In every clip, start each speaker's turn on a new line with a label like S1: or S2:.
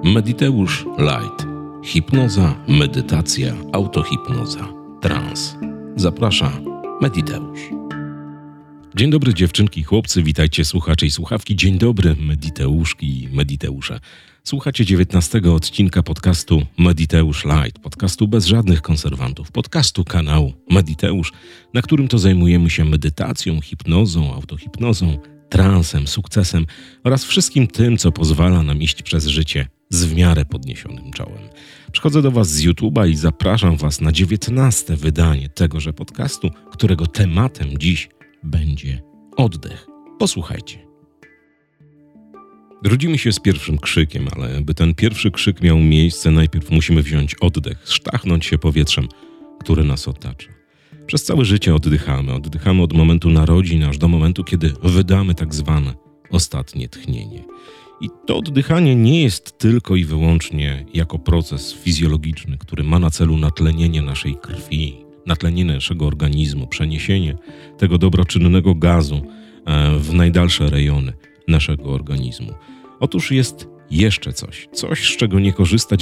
S1: Mediteusz Light. Hipnoza, medytacja, autohipnoza, trans. Zaprasza Mediteusz. Dzień dobry dziewczynki i chłopcy, witajcie słuchacze i słuchawki. Dzień dobry Mediteuszki i Mediteusze. Słuchacie 19 odcinka podcastu Mediteusz Light, podcastu bez żadnych konserwantów, podcastu kanału Mediteusz, na którym to zajmujemy się medytacją, hipnozą, autohipnozą, transem, sukcesem oraz wszystkim tym, co pozwala nam iść przez życie z w miarę podniesionym czołem. Przychodzę do Was z YouTube'a i zapraszam Was na 19 wydanie tegoże podcastu, którego tematem dziś będzie oddech. Posłuchajcie. Rodzimy się z pierwszym krzykiem, ale by ten pierwszy krzyk miał miejsce, najpierw musimy wziąć oddech, sztachnąć się powietrzem, które nas otacza. Przez całe życie oddychamy od momentu narodzin aż do momentu, kiedy wydamy tak zwane ostatnie tchnienie. I to oddychanie nie jest tylko i wyłącznie jako proces fizjologiczny, który ma na celu natlenienie naszej krwi, natlenienie naszego organizmu, przeniesienie tego dobroczynnego gazu w najdalsze rejony naszego organizmu. Otóż jest jeszcze coś, z czego nie korzysta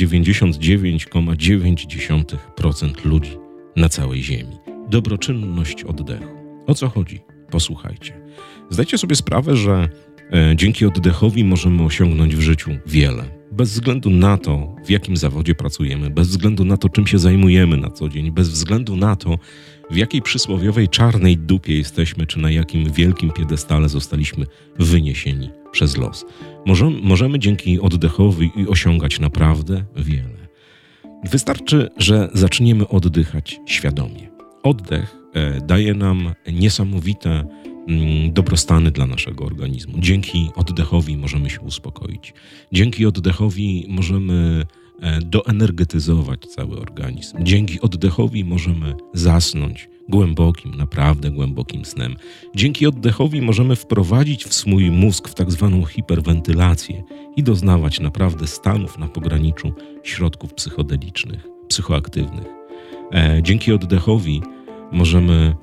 S1: 99,9% ludzi na całej Ziemi. Dobroczynność oddechu. O co chodzi? Posłuchajcie. Zdajcie sobie sprawę, że dzięki oddechowi możemy osiągnąć w życiu wiele. Bez względu na to, w jakim zawodzie pracujemy, bez względu na to, czym się zajmujemy na co dzień, bez względu na to, w jakiej przysłowiowej czarnej dupie jesteśmy, czy na jakim wielkim piedestale zostaliśmy wyniesieni przez los. Możemy dzięki oddechowi osiągać naprawdę wiele. Wystarczy, że zaczniemy oddychać świadomie. Oddech daje nam niesamowite dobrostany dla naszego organizmu. Dzięki oddechowi możemy się uspokoić. Dzięki oddechowi możemy doenergetyzować cały organizm. Dzięki oddechowi możemy zasnąć głębokim, naprawdę głębokim snem. Dzięki oddechowi możemy wprowadzić w swój mózg w tak zwaną hiperwentylację i doznawać naprawdę stanów na pograniczu środków psychodelicznych, psychoaktywnych. Dzięki oddechowi możemy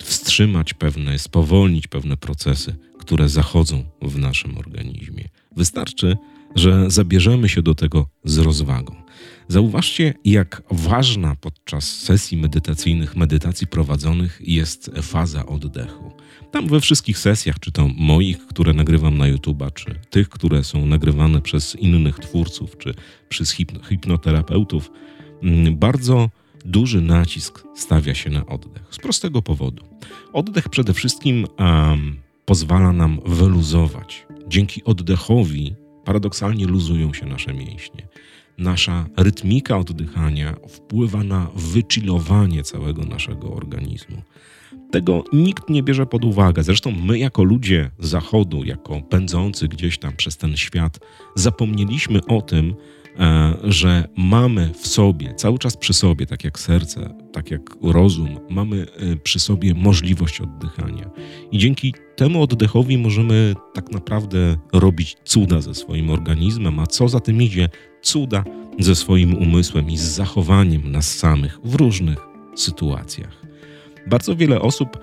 S1: spowolnić pewne procesy, które zachodzą w naszym organizmie. Wystarczy, że zabierzemy się do tego z rozwagą. Zauważcie, jak ważna podczas sesji medytacyjnych, medytacji prowadzonych jest faza oddechu. Tam we wszystkich sesjach, czy to moich, które nagrywam na YouTube'a, czy tych, które są nagrywane przez innych twórców, czy przez hipnoterapeutów, bardzo duży nacisk stawia się na oddech. Z prostego powodu. Oddech przede wszystkim pozwala nam wyluzować. Dzięki oddechowi paradoksalnie luzują się nasze mięśnie. Nasza rytmika oddychania wpływa na wychillowanie całego naszego organizmu. Tego nikt nie bierze pod uwagę. Zresztą my jako ludzie zachodu, jako pędzący gdzieś tam przez ten świat, zapomnieliśmy o tym, że mamy w sobie, cały czas przy sobie, tak jak serce, tak jak rozum, mamy przy sobie możliwość oddychania. I dzięki temu oddechowi możemy tak naprawdę robić cuda ze swoim organizmem, a co za tym idzie, cuda ze swoim umysłem i z zachowaniem nas samych w różnych sytuacjach. Bardzo wiele osób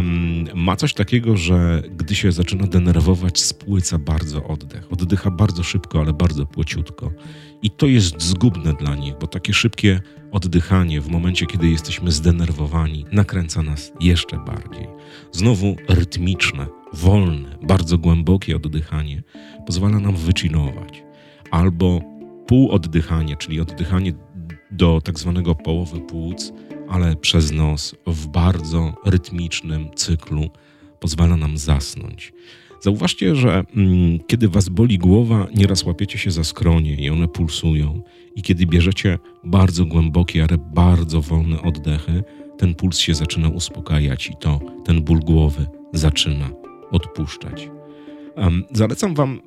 S1: ma coś takiego, że gdy się zaczyna denerwować, spłyca bardzo oddech. Oddycha bardzo szybko, ale bardzo płciutko. I to jest zgubne dla nich, bo takie szybkie oddychanie w momencie, kiedy jesteśmy zdenerwowani, nakręca nas jeszcze bardziej. Znowu rytmiczne, wolne, bardzo głębokie oddychanie pozwala nam wychillować. Albo półoddychanie, czyli oddychanie do tak zwanego połowy płuc, ale przez nos w bardzo rytmicznym cyklu pozwala nam zasnąć. Zauważcie, że kiedy was boli głowa, nieraz łapiecie się za skronie i one pulsują. I kiedy bierzecie bardzo głębokie, ale bardzo wolne oddechy, ten puls się zaczyna uspokajać i ten ból głowy zaczyna odpuszczać. Zalecam wam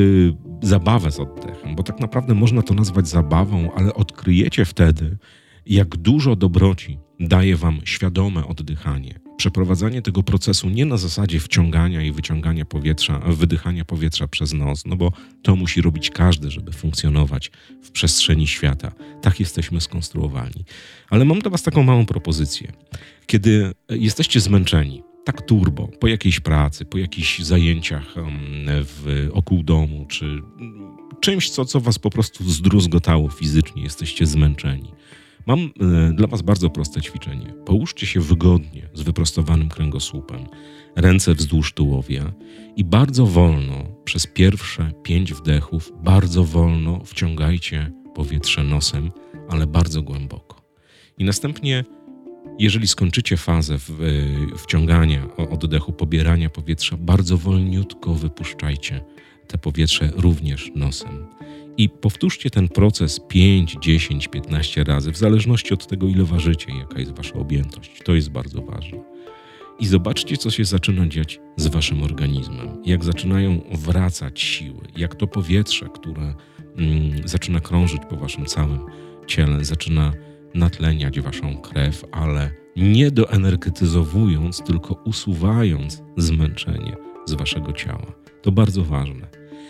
S1: zabawę z oddechem, bo tak naprawdę można to nazwać zabawą, ale odkryjecie wtedy, jak dużo dobroci daje wam świadome oddychanie. Przeprowadzanie tego procesu nie na zasadzie wciągania i wyciągania powietrza, wydychania powietrza przez nos, no bo to musi robić każdy, żeby funkcjonować w przestrzeni świata. Tak jesteśmy skonstruowani. Ale mam dla was taką małą propozycję. Kiedy jesteście zmęczeni, tak turbo, po jakiejś pracy, po jakichś zajęciach wokół domu, czy czymś, co was po prostu zdruzgotało fizycznie, jesteście zmęczeni. Mam dla was bardzo proste ćwiczenie. Połóżcie się wygodnie z wyprostowanym kręgosłupem, ręce wzdłuż tułowia i bardzo wolno, przez pierwsze 5 wdechów, bardzo wolno wciągajcie powietrze nosem, ale bardzo głęboko. I następnie, jeżeli skończycie fazę wciągania oddechu, pobierania powietrza, bardzo wolniutko wypuszczajcie te powietrze również nosem. I powtórzcie ten proces 5, 10, 15 razy, w zależności od tego, ile ważycie i jaka jest wasza objętość. To jest bardzo ważne. I zobaczcie, co się zaczyna dziać z waszym organizmem. Jak zaczynają wracać siły. Jak to powietrze, które zaczyna krążyć po waszym całym ciele, zaczyna natleniać waszą krew, ale nie doenergetyzowując, tylko usuwając zmęczenie z waszego ciała. To bardzo ważne.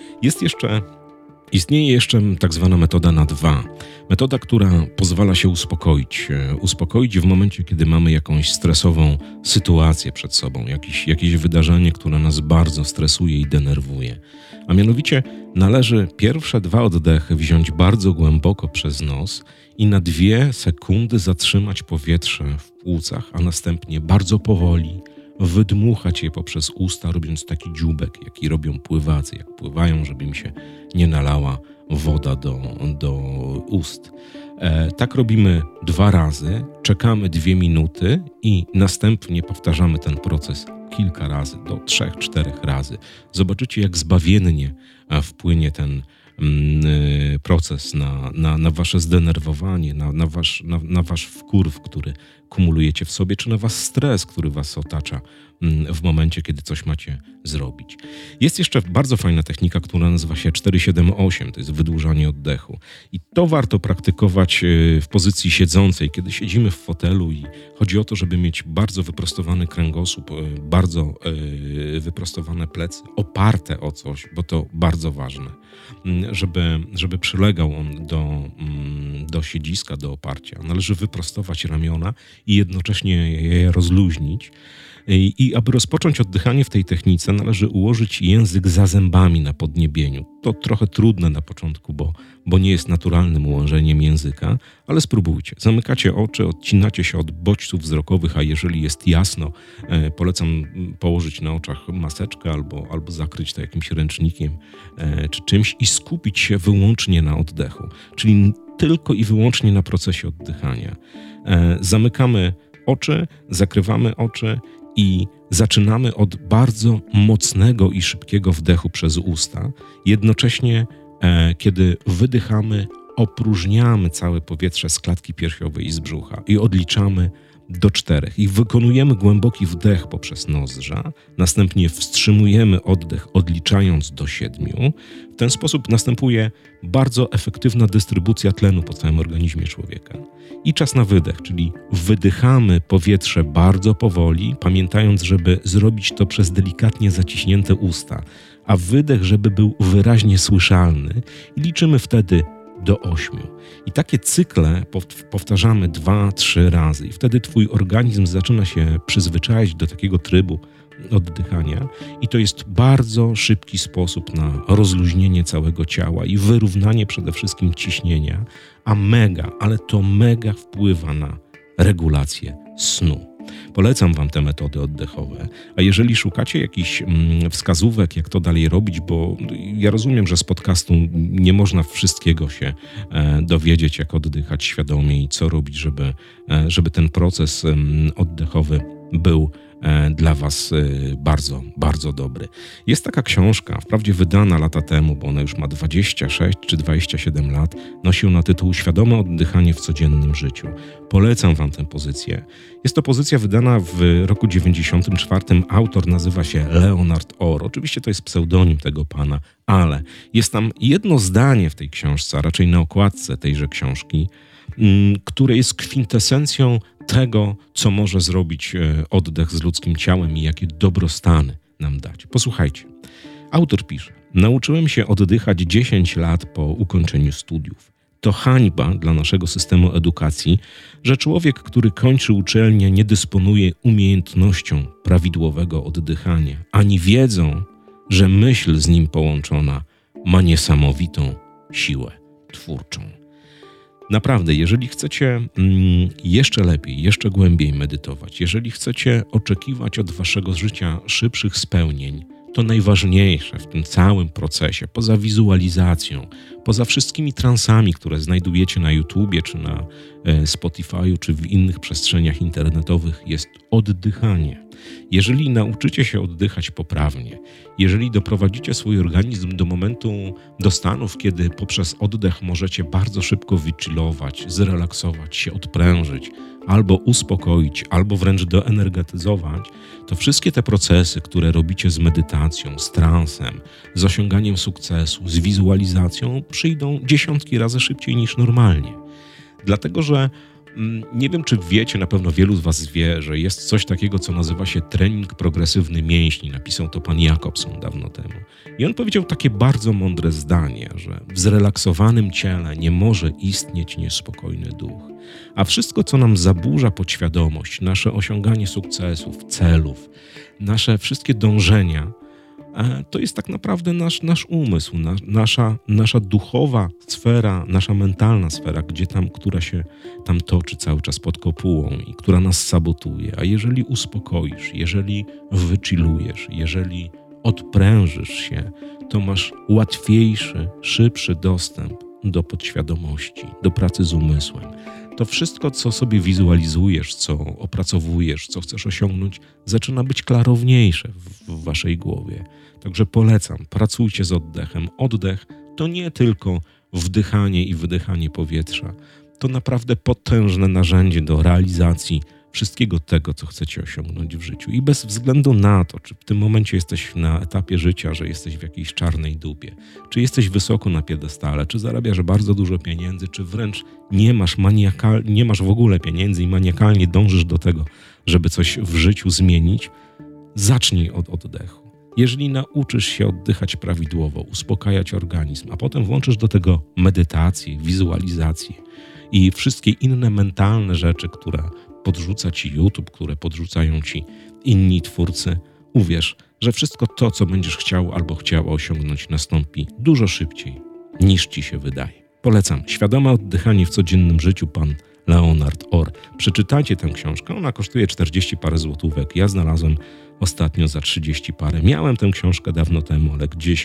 S1: Istnieje jeszcze tak zwana metoda na 2. Metoda, która pozwala się uspokoić w momencie, kiedy mamy jakąś stresową sytuację przed sobą, jakieś wydarzenie, które nas bardzo stresuje i denerwuje. A mianowicie należy pierwsze 2 oddechy wziąć bardzo głęboko przez nos i na 2 sekundy zatrzymać powietrze w płucach, a następnie bardzo powoli wydmuchać je poprzez usta, robiąc taki dzióbek, jaki robią pływacy, jak pływają, żeby im się nie nalała woda do ust. Tak robimy 2 razy, czekamy 2 minuty i następnie powtarzamy ten proces kilka razy, do 3-4 razy. Zobaczycie, jak zbawiennie wpłynie ten proces na wasze zdenerwowanie, na wasz wkurw, który kumulujecie w sobie, czy na wasz stres, który was otacza w momencie, kiedy coś macie zrobić. Jest jeszcze bardzo fajna technika, która nazywa się 4-7-8, to jest wydłużanie oddechu. I to warto praktykować w pozycji siedzącej, kiedy siedzimy w fotelu i chodzi o to, żeby mieć bardzo wyprostowany kręgosłup, bardzo wyprostowane plecy, oparte o coś, bo to bardzo ważne, żeby przylegał on do siedziska, do oparcia. Należy wyprostować ramiona i jednocześnie je rozluźnić. I aby rozpocząć oddychanie w tej technice, należy ułożyć język za zębami na podniebieniu. To trochę trudne na początku, bo nie jest naturalnym ułożeniem języka, ale spróbujcie. Zamykacie oczy, odcinacie się od bodźców wzrokowych, a jeżeli jest jasno, polecam położyć na oczach maseczkę albo zakryć to jakimś ręcznikiem czy czymś i skupić się wyłącznie na oddechu, czyli tylko i wyłącznie na procesie oddychania. Zamykamy oczy, zakrywamy oczy i zaczynamy od bardzo mocnego i szybkiego wdechu przez usta. Jednocześnie, kiedy wydychamy, opróżniamy całe powietrze z klatki piersiowej i z brzucha i odliczamy do 4. I wykonujemy głęboki wdech poprzez nozdrza, następnie wstrzymujemy oddech, odliczając do 7. W ten sposób następuje bardzo efektywna dystrybucja tlenu po całym organizmie człowieka. I czas na wydech, czyli wydychamy powietrze bardzo powoli, pamiętając, żeby zrobić to przez delikatnie zaciśnięte usta, a wydech, żeby był wyraźnie słyszalny i liczymy wtedy do 8. I takie cykle powtarzamy 2-3 razy i wtedy twój organizm zaczyna się przyzwyczaić do takiego trybu oddychania i to jest bardzo szybki sposób na rozluźnienie całego ciała i wyrównanie przede wszystkim ciśnienia, a mega wpływa na regulację snu. Polecam wam te metody oddechowe, a jeżeli szukacie jakichś wskazówek, jak to dalej robić, bo ja rozumiem, że z podcastu nie można wszystkiego się dowiedzieć, jak oddychać świadomie i co robić, żeby ten proces oddechowy był dla was bardzo, bardzo dobry. Jest taka książka, wprawdzie wydana lata temu, bo ona już ma 26 czy 27 lat, nosi ona tytuł Świadome oddychanie w codziennym życiu. Polecam wam tę pozycję. Jest to pozycja wydana w roku 94. Autor nazywa się Leonard Orr. Oczywiście to jest pseudonim tego pana, ale jest tam jedno zdanie w tej książce, a raczej na okładce tejże książki, które jest kwintesencją tego, co może zrobić oddech z ludzkim ciałem i jakie dobrostany nam dać. Posłuchajcie. Autor pisze: nauczyłem się oddychać 10 lat po ukończeniu studiów. To hańba dla naszego systemu edukacji, że człowiek, który kończy uczelnię, nie dysponuje umiejętnością prawidłowego oddychania, ani wiedzą, że myśl z nim połączona ma niesamowitą siłę twórczą. Naprawdę, jeżeli chcecie jeszcze lepiej, jeszcze głębiej medytować, jeżeli chcecie oczekiwać od waszego życia szybszych spełnień, to najważniejsze w tym całym procesie, poza wizualizacją, poza wszystkimi transami, które znajdujecie na YouTubie, czy na Spotify'u, czy w innych przestrzeniach internetowych, jest oddychanie. Jeżeli nauczycie się oddychać poprawnie, jeżeli doprowadzicie swój organizm do stanów, kiedy poprzez oddech możecie bardzo szybko wychillować, zrelaksować się, odprężyć, albo uspokoić, albo wręcz doenergetyzować, to wszystkie te procesy, które robicie z medytacją, z transem, z osiąganiem sukcesu, z wizualizacją, przyjdą dziesiątki razy szybciej niż normalnie. Dlatego, że nie wiem, czy wiecie, na pewno wielu z was wie, że jest coś takiego, co nazywa się trening progresywny mięśni. Napisał to pan Jacobson dawno temu. I on powiedział takie bardzo mądre zdanie, że w zrelaksowanym ciele nie może istnieć niespokojny duch. A wszystko, co nam zaburza podświadomość, nasze osiąganie sukcesów, celów, nasze wszystkie dążenia, to jest tak naprawdę nasz umysł, nasza duchowa sfera, nasza mentalna sfera, która się tam toczy cały czas pod kopułą i która nas sabotuje. A jeżeli uspokoisz, jeżeli wychillujesz, jeżeli odprężysz się, to masz łatwiejszy, szybszy dostęp do podświadomości, do pracy z umysłem. To wszystko, co sobie wizualizujesz, co opracowujesz, co chcesz osiągnąć, zaczyna być klarowniejsze w waszej głowie. Także polecam, pracujcie z oddechem. Oddech to nie tylko wdychanie i wydychanie powietrza. To naprawdę potężne narzędzie do realizacji wszystkiego tego, co chcecie osiągnąć w życiu. I bez względu na to, czy w tym momencie jesteś na etapie życia, że jesteś w jakiejś czarnej dupie, czy jesteś wysoko na piedestale, czy zarabiasz bardzo dużo pieniędzy, czy wręcz nie masz w ogóle pieniędzy i maniakalnie dążysz do tego, żeby coś w życiu zmienić, zacznij od oddechu. Jeżeli nauczysz się oddychać prawidłowo, uspokajać organizm, a potem włączysz do tego medytację, wizualizację i wszystkie inne mentalne rzeczy, które podrzuca ci YouTube, które podrzucają ci inni twórcy, uwierz, że wszystko to, co będziesz chciał albo chciała osiągnąć, nastąpi dużo szybciej, niż ci się wydaje. Polecam. Świadome oddychanie w codziennym życiu, pan Leonard Orr. Przeczytajcie tę książkę, ona kosztuje 40 parę złotówek. Ja znalazłem ostatnio za 30 parę. Miałem tę książkę dawno temu, ale gdzieś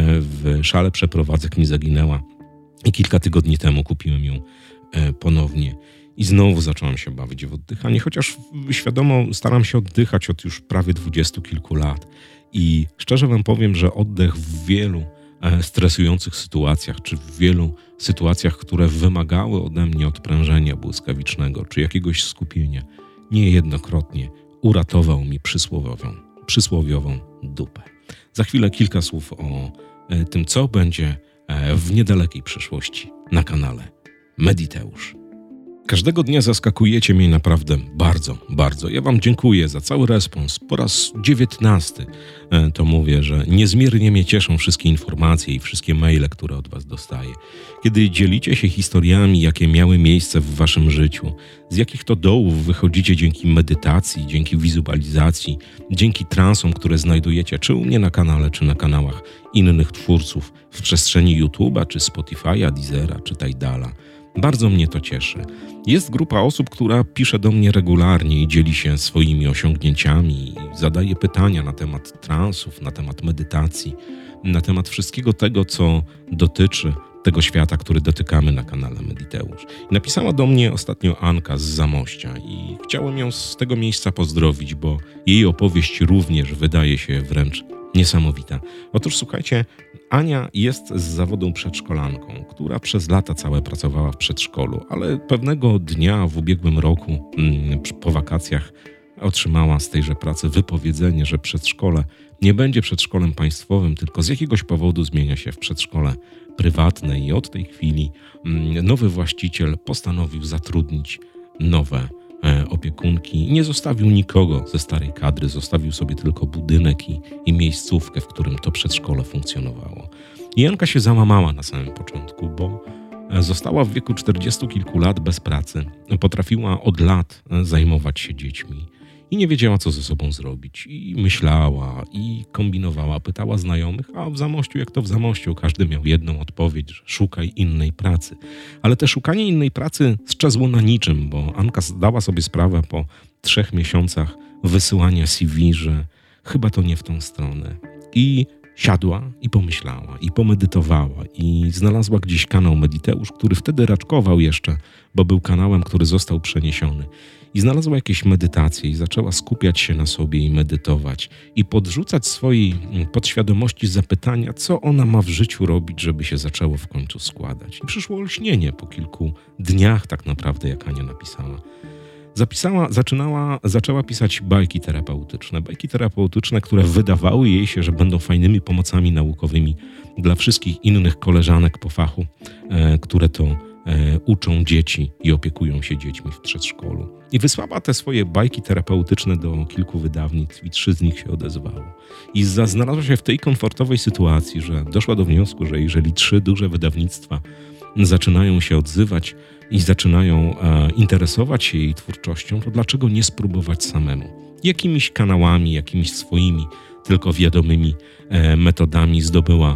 S1: w szale przeprowadzek mi zaginęła i kilka tygodni temu kupiłem ją ponownie. I znowu zacząłem się bawić w oddychanie, chociaż świadomo staram się oddychać od już prawie 20 kilku lat. I szczerze wam powiem, że oddech w wielu stresujących sytuacjach, czy w wielu sytuacjach, które wymagały ode mnie odprężenia błyskawicznego, czy jakiegoś skupienia, niejednokrotnie uratował mi przysłowiową dupę. Za chwilę kilka słów o tym, co będzie w niedalekiej przyszłości na kanale Mediteusz. Każdego dnia zaskakujecie mnie naprawdę bardzo, bardzo. Ja wam dziękuję za cały respons. Po raz 19 to mówię, że niezmiernie mnie cieszą wszystkie informacje i wszystkie maile, które od was dostaję. Kiedy dzielicie się historiami, jakie miały miejsce w waszym życiu, z jakich to dołów wychodzicie dzięki medytacji, dzięki wizualizacji, dzięki transom, które znajdujecie czy u mnie na kanale, czy na kanałach innych twórców w przestrzeni YouTube'a, czy Spotify'a, Deezera, czy Tidala. Bardzo mnie to cieszy. Jest grupa osób, która pisze do mnie regularnie i dzieli się swoimi osiągnięciami i zadaje pytania na temat transów, na temat medytacji, na temat wszystkiego tego, co dotyczy tego świata, który dotykamy na kanale Mediteusz. I napisała do mnie ostatnio Anka z Zamościa i chciałem ją z tego miejsca pozdrowić, bo jej opowieść również wydaje się wręcz niesamowita. Otóż słuchajcie, Ania jest z zawodu przedszkolanką, która przez lata całe pracowała w przedszkolu, ale pewnego dnia w ubiegłym roku, po wakacjach, otrzymała z tejże pracy wypowiedzenie, że przedszkole nie będzie przedszkolem państwowym, tylko z jakiegoś powodu zmienia się w przedszkole prywatne i od tej chwili nowy właściciel postanowił zatrudnić nowe opiekunki. Nie zostawił nikogo ze starej kadry, zostawił sobie tylko budynek i miejscówkę, w którym to przedszkole funkcjonowało. I Janka się załamała na samym początku, bo została w wieku 40 kilku lat bez pracy. Potrafiła od lat zajmować się dziećmi i nie wiedziała, co ze sobą zrobić. I myślała, i kombinowała, pytała znajomych, a w Zamościu, jak to w Zamościu, każdy miał jedną odpowiedź, że szukaj innej pracy. Ale te szukanie innej pracy sczezło na niczym, bo Anka zdała sobie sprawę po 3 miesiącach wysyłania CV, że chyba to nie w tą stronę. I siadła i pomyślała, i pomedytowała, i znalazła gdzieś kanał Mediteusz, który wtedy raczkował jeszcze, bo był kanałem, który został przeniesiony. I znalazła jakieś medytacje i zaczęła skupiać się na sobie i medytować. I podrzucać swojej podświadomości zapytania, co ona ma w życiu robić, żeby się zaczęło w końcu składać. I przyszło olśnienie po kilku dniach tak naprawdę, jak Ania napisała. Zaczęła pisać bajki terapeutyczne, które wydawały jej się, że będą fajnymi pomocami naukowymi dla wszystkich innych koleżanek po fachu, które to uczą dzieci i opiekują się dziećmi w przedszkolu. I wysłała te swoje bajki terapeutyczne do kilku wydawnictw i 3 z nich się odezwało. I znalazła się w tej komfortowej sytuacji, że doszła do wniosku, że jeżeli 3 duże wydawnictwa zaczynają się odzywać i zaczynają interesować się jej twórczością, to dlaczego nie spróbować samemu? Jakimiś kanałami, jakimiś swoimi, tylko wiadomymi metodami zdobyła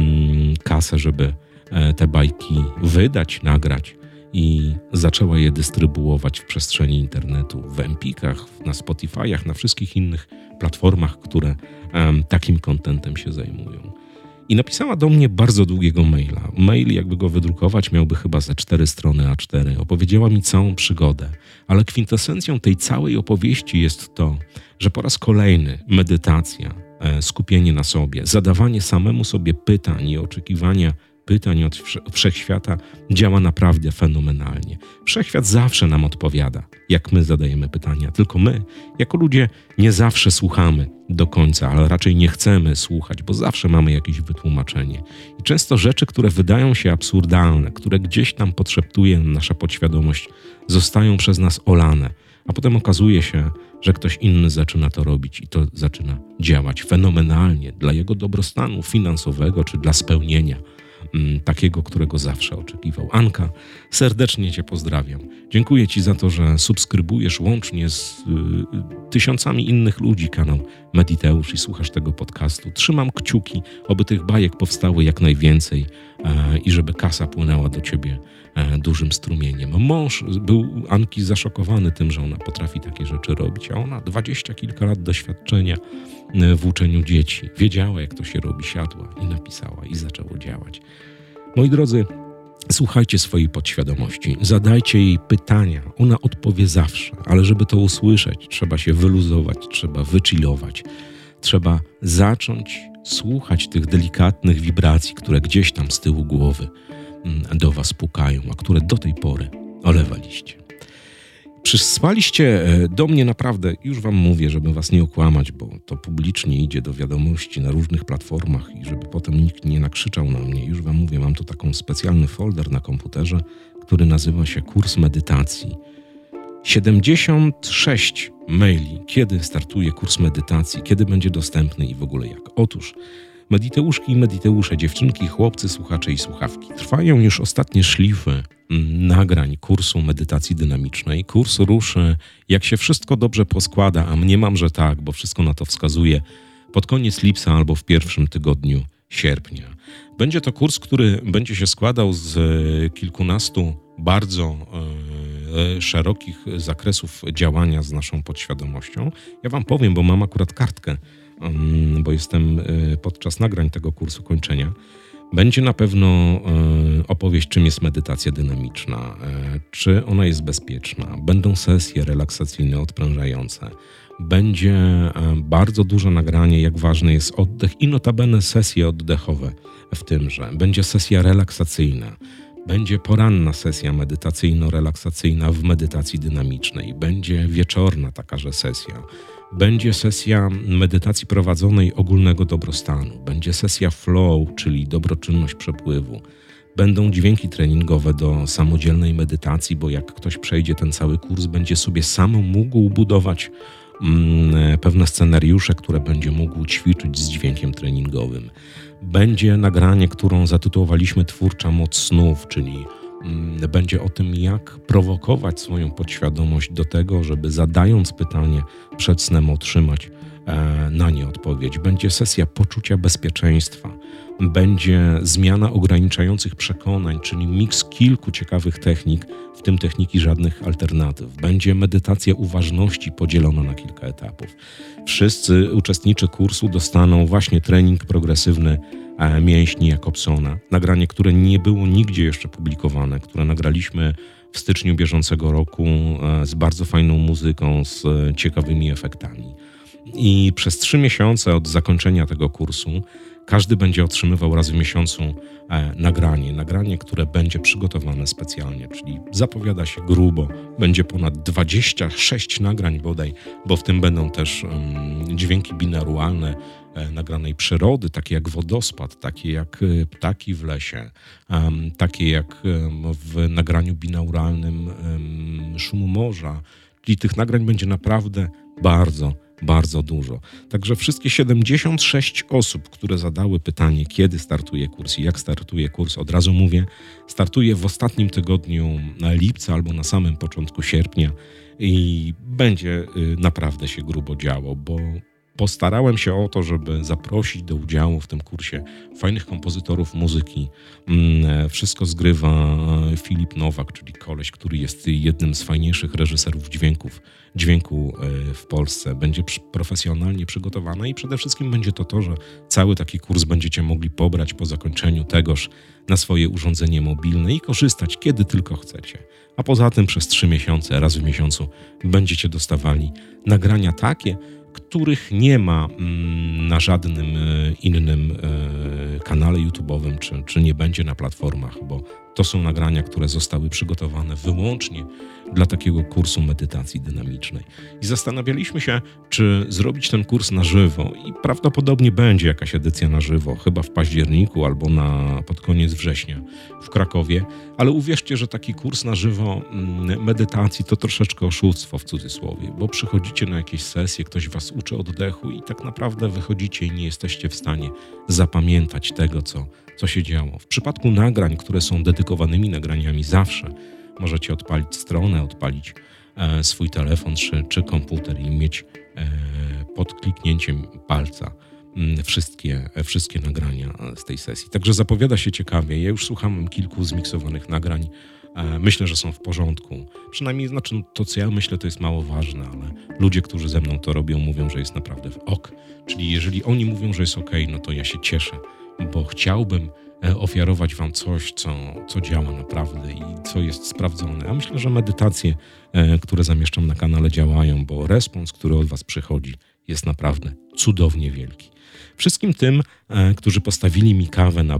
S1: kasę, żeby te bajki wydać, nagrać i zaczęła je dystrybuować w przestrzeni internetu, w Empikach, na Spotify'ach, na wszystkich innych platformach, które takim kontentem się zajmują. I napisała do mnie bardzo długiego maila. Mail, jakby go wydrukować, miałby chyba ze 4 strony A4. Opowiedziała mi całą przygodę, ale kwintesencją tej całej opowieści jest to, że po raz kolejny medytacja, skupienie na sobie, zadawanie samemu sobie pytań i oczekiwania pytań od Wszechświata działa naprawdę fenomenalnie. Wszechświat zawsze nam odpowiada, jak my zadajemy pytania, tylko my, jako ludzie, nie zawsze słuchamy do końca, ale raczej nie chcemy słuchać, bo zawsze mamy jakieś wytłumaczenie. I często rzeczy, które wydają się absurdalne, które gdzieś tam podszeptuje nasza podświadomość, zostają przez nas olane, a potem okazuje się, że ktoś inny zaczyna to robić i to zaczyna działać fenomenalnie dla jego dobrostanu finansowego czy dla spełnienia takiego, którego zawsze oczekiwał. Anka, serdecznie Cię pozdrawiam. Dziękuję Ci za to, że subskrybujesz łącznie z tysiącami innych ludzi kanał Mediteusz i słuchasz tego podcastu. Trzymam kciuki, oby tych bajek powstało jak najwięcej i żeby kasa płynęła do Ciebie dużym strumieniem. Mąż był Anki zaszokowany tym, że ona potrafi takie rzeczy robić, a ona 20 kilka lat doświadczenia w uczeniu dzieci. Wiedziała, jak to się robi, siadła i napisała i zaczęło działać. Moi drodzy, słuchajcie swojej podświadomości, zadajcie jej pytania, ona odpowie zawsze, ale żeby to usłyszeć, trzeba się wyluzować, trzeba wychillować, trzeba zacząć słuchać tych delikatnych wibracji, które gdzieś tam z tyłu głowy do was pukają, a które do tej pory olewaliście. Przysłaliście do mnie naprawdę, już wam mówię, żeby was nie okłamać, bo to publicznie idzie do wiadomości na różnych platformach i żeby potem nikt nie nakrzyczał na mnie. Już wam mówię, mam tu taką specjalny folder na komputerze, który nazywa się Kurs Medytacji. 76 maili, kiedy startuje kurs medytacji, kiedy będzie dostępny i w ogóle jak. Otóż Mediteuszki i Mediteusze, dziewczynki, chłopcy, słuchacze i słuchawki. Trwają już ostatnie szlify nagrań kursu medytacji dynamicznej. Kurs ruszy, jak się wszystko dobrze poskłada, a mniemam, że tak, bo wszystko na to wskazuje, pod koniec lipca albo w pierwszym tygodniu sierpnia. Będzie to kurs, który będzie się składał z kilkunastu bardzo szerokich zakresów działania z naszą podświadomością. Ja wam powiem, bo mam akurat kartkę, bo jestem podczas nagrań tego kursu kończenia. Będzie na pewno opowieść, czym jest medytacja dynamiczna, czy ona jest bezpieczna. Będą sesje relaksacyjne, odprężające. Będzie bardzo duże nagranie, jak ważny jest oddech i notabene sesje oddechowe w tymże. Będzie sesja relaksacyjna. Będzie poranna sesja medytacyjno-relaksacyjna w medytacji dynamicznej. Będzie wieczorna takaże sesja. Będzie sesja medytacji prowadzonej ogólnego dobrostanu. Będzie sesja flow, czyli dobroczynność przepływu. Będą dźwięki treningowe do samodzielnej medytacji, bo jak ktoś przejdzie ten cały kurs, będzie sobie sam mógł budować pewne scenariusze, które będzie mógł ćwiczyć z dźwiękiem treningowym. Będzie nagranie, którą zatytułowaliśmy Twórcza moc snów, czyli będzie o tym, jak prowokować swoją podświadomość do tego, żeby zadając pytanie przed snem otrzymać na nie odpowiedź. Będzie sesja poczucia bezpieczeństwa. Będzie zmiana ograniczających przekonań, czyli miks kilku ciekawych technik, w tym techniki żadnych alternatyw. Będzie medytacja uważności podzielona na kilka etapów. Wszyscy uczestnicy kursu dostaną właśnie trening progresywny mięśni Jacobsona. Nagranie, które nie było nigdzie jeszcze publikowane, które nagraliśmy w styczniu bieżącego roku z bardzo fajną muzyką, z ciekawymi efektami. I przez 3 miesiące od zakończenia tego kursu każdy będzie otrzymywał raz w miesiącu nagranie, które będzie przygotowane specjalnie, czyli zapowiada się grubo. Będzie ponad 26 nagrań bodaj, bo w tym będą też dźwięki binauralne nagranej przyrody, takie jak wodospad, takie jak ptaki w lesie, takie jak w nagraniu binauralnym szumu morza. Czyli tych nagrań będzie naprawdę bardzo dużo. Także wszystkie 76 osób, które zadały pytanie, kiedy startuje kurs i jak startuje kurs, od razu mówię, startuje w ostatnim tygodniu lipca albo na samym początku sierpnia i będzie naprawdę się grubo działo, bo postarałem się o to, żeby zaprosić do udziału w tym kursie fajnych kompozytorów muzyki. Wszystko zgrywa Filip Nowak, czyli koleś, który jest jednym z fajniejszych reżyserów dźwięku w Polsce. Będzie profesjonalnie przygotowane i przede wszystkim będzie to, że cały taki kurs będziecie mogli pobrać po zakończeniu tegoż na swoje urządzenie mobilne i korzystać kiedy tylko chcecie. A poza tym przez 3 miesiące, raz w miesiącu będziecie dostawali nagrania takie, których nie ma na żadnym innym kanale YouTube'owym, czy nie będzie na platformach, bo to są nagrania, które zostały przygotowane wyłącznie dla takiego kursu medytacji dynamicznej. I zastanawialiśmy się, czy zrobić ten kurs na żywo i prawdopodobnie będzie jakaś edycja na żywo, chyba w październiku albo pod koniec września w Krakowie, ale uwierzcie, że taki kurs na żywo medytacji to troszeczkę oszustwo w cudzysłowie, bo przychodzicie na jakieś sesje, ktoś was uczy oddechu i tak naprawdę wychodzicie i nie jesteście w stanie zapamiętać tego, co się działo. W przypadku nagrań, które są dedykowanymi nagraniami, zawsze możecie odpalić stronę, odpalić swój telefon czy komputer i mieć pod kliknięciem palca wszystkie nagrania z tej sesji. Także zapowiada się ciekawie. Ja już słuchałem kilku zmiksowanych nagrań. Myślę, że są w porządku. Przynajmniej to, co ja myślę, to jest mało ważne, ale ludzie, którzy ze mną to robią, mówią, że jest naprawdę ok. Czyli jeżeli oni mówią, że jest ok, no to ja się cieszę, bo chciałbym ofiarować wam coś, co działa naprawdę i co jest sprawdzone. A myślę, że medytacje, które zamieszczam na kanale, działają, bo respons, który od was przychodzi, jest naprawdę cudownie wielki. Wszystkim tym, którzy postawili mi kawę na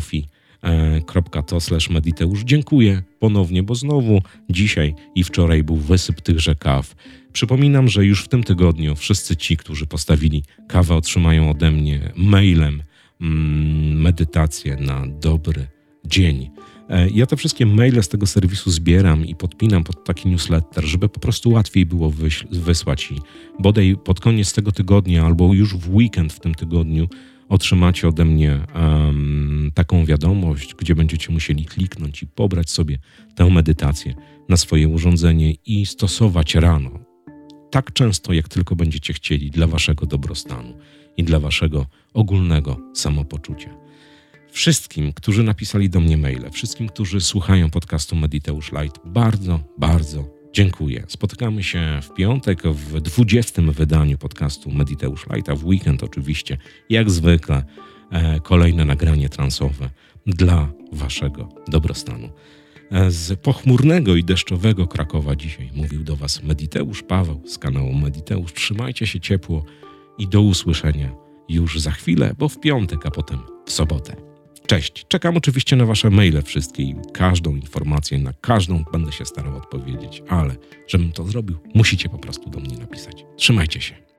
S1: buycoffee.to/Mediteusz, dziękuję ponownie, bo znowu dzisiaj i wczoraj był wysyp tychże kaw. Przypominam, że już w tym tygodniu wszyscy ci, którzy postawili kawę, otrzymają ode mnie mailem medytację na dobry dzień. Ja te wszystkie maile z tego serwisu zbieram i podpinam pod taki newsletter, żeby po prostu łatwiej było wysłać i bodaj pod koniec tego tygodnia albo już w weekend w tym tygodniu otrzymacie ode mnie taką wiadomość, gdzie będziecie musieli kliknąć i pobrać sobie tę medytację na swoje urządzenie i stosować rano. Tak często, jak tylko będziecie chcieli, dla waszego dobrostanu i dla waszego ogólnego samopoczucia. Wszystkim, którzy napisali do mnie maile, wszystkim, którzy słuchają podcastu Mediteusz Light, bardzo dziękuję. Spotykamy się w piątek w 20. wydaniu podcastu Mediteusz Light, a w weekend oczywiście, jak zwykle, kolejne nagranie transowe dla waszego dobrostanu. Z pochmurnego i deszczowego Krakowa dzisiaj mówił do was Mediteusz Paweł z kanału Mediteusz. Trzymajcie się ciepło i do usłyszenia już za chwilę, bo w piątek, a potem w sobotę. Cześć. Czekam oczywiście na wasze maile wszystkie i każdą informację, na każdą będę się starał odpowiedzieć, ale żebym to zrobił, musicie po prostu do mnie napisać. Trzymajcie się.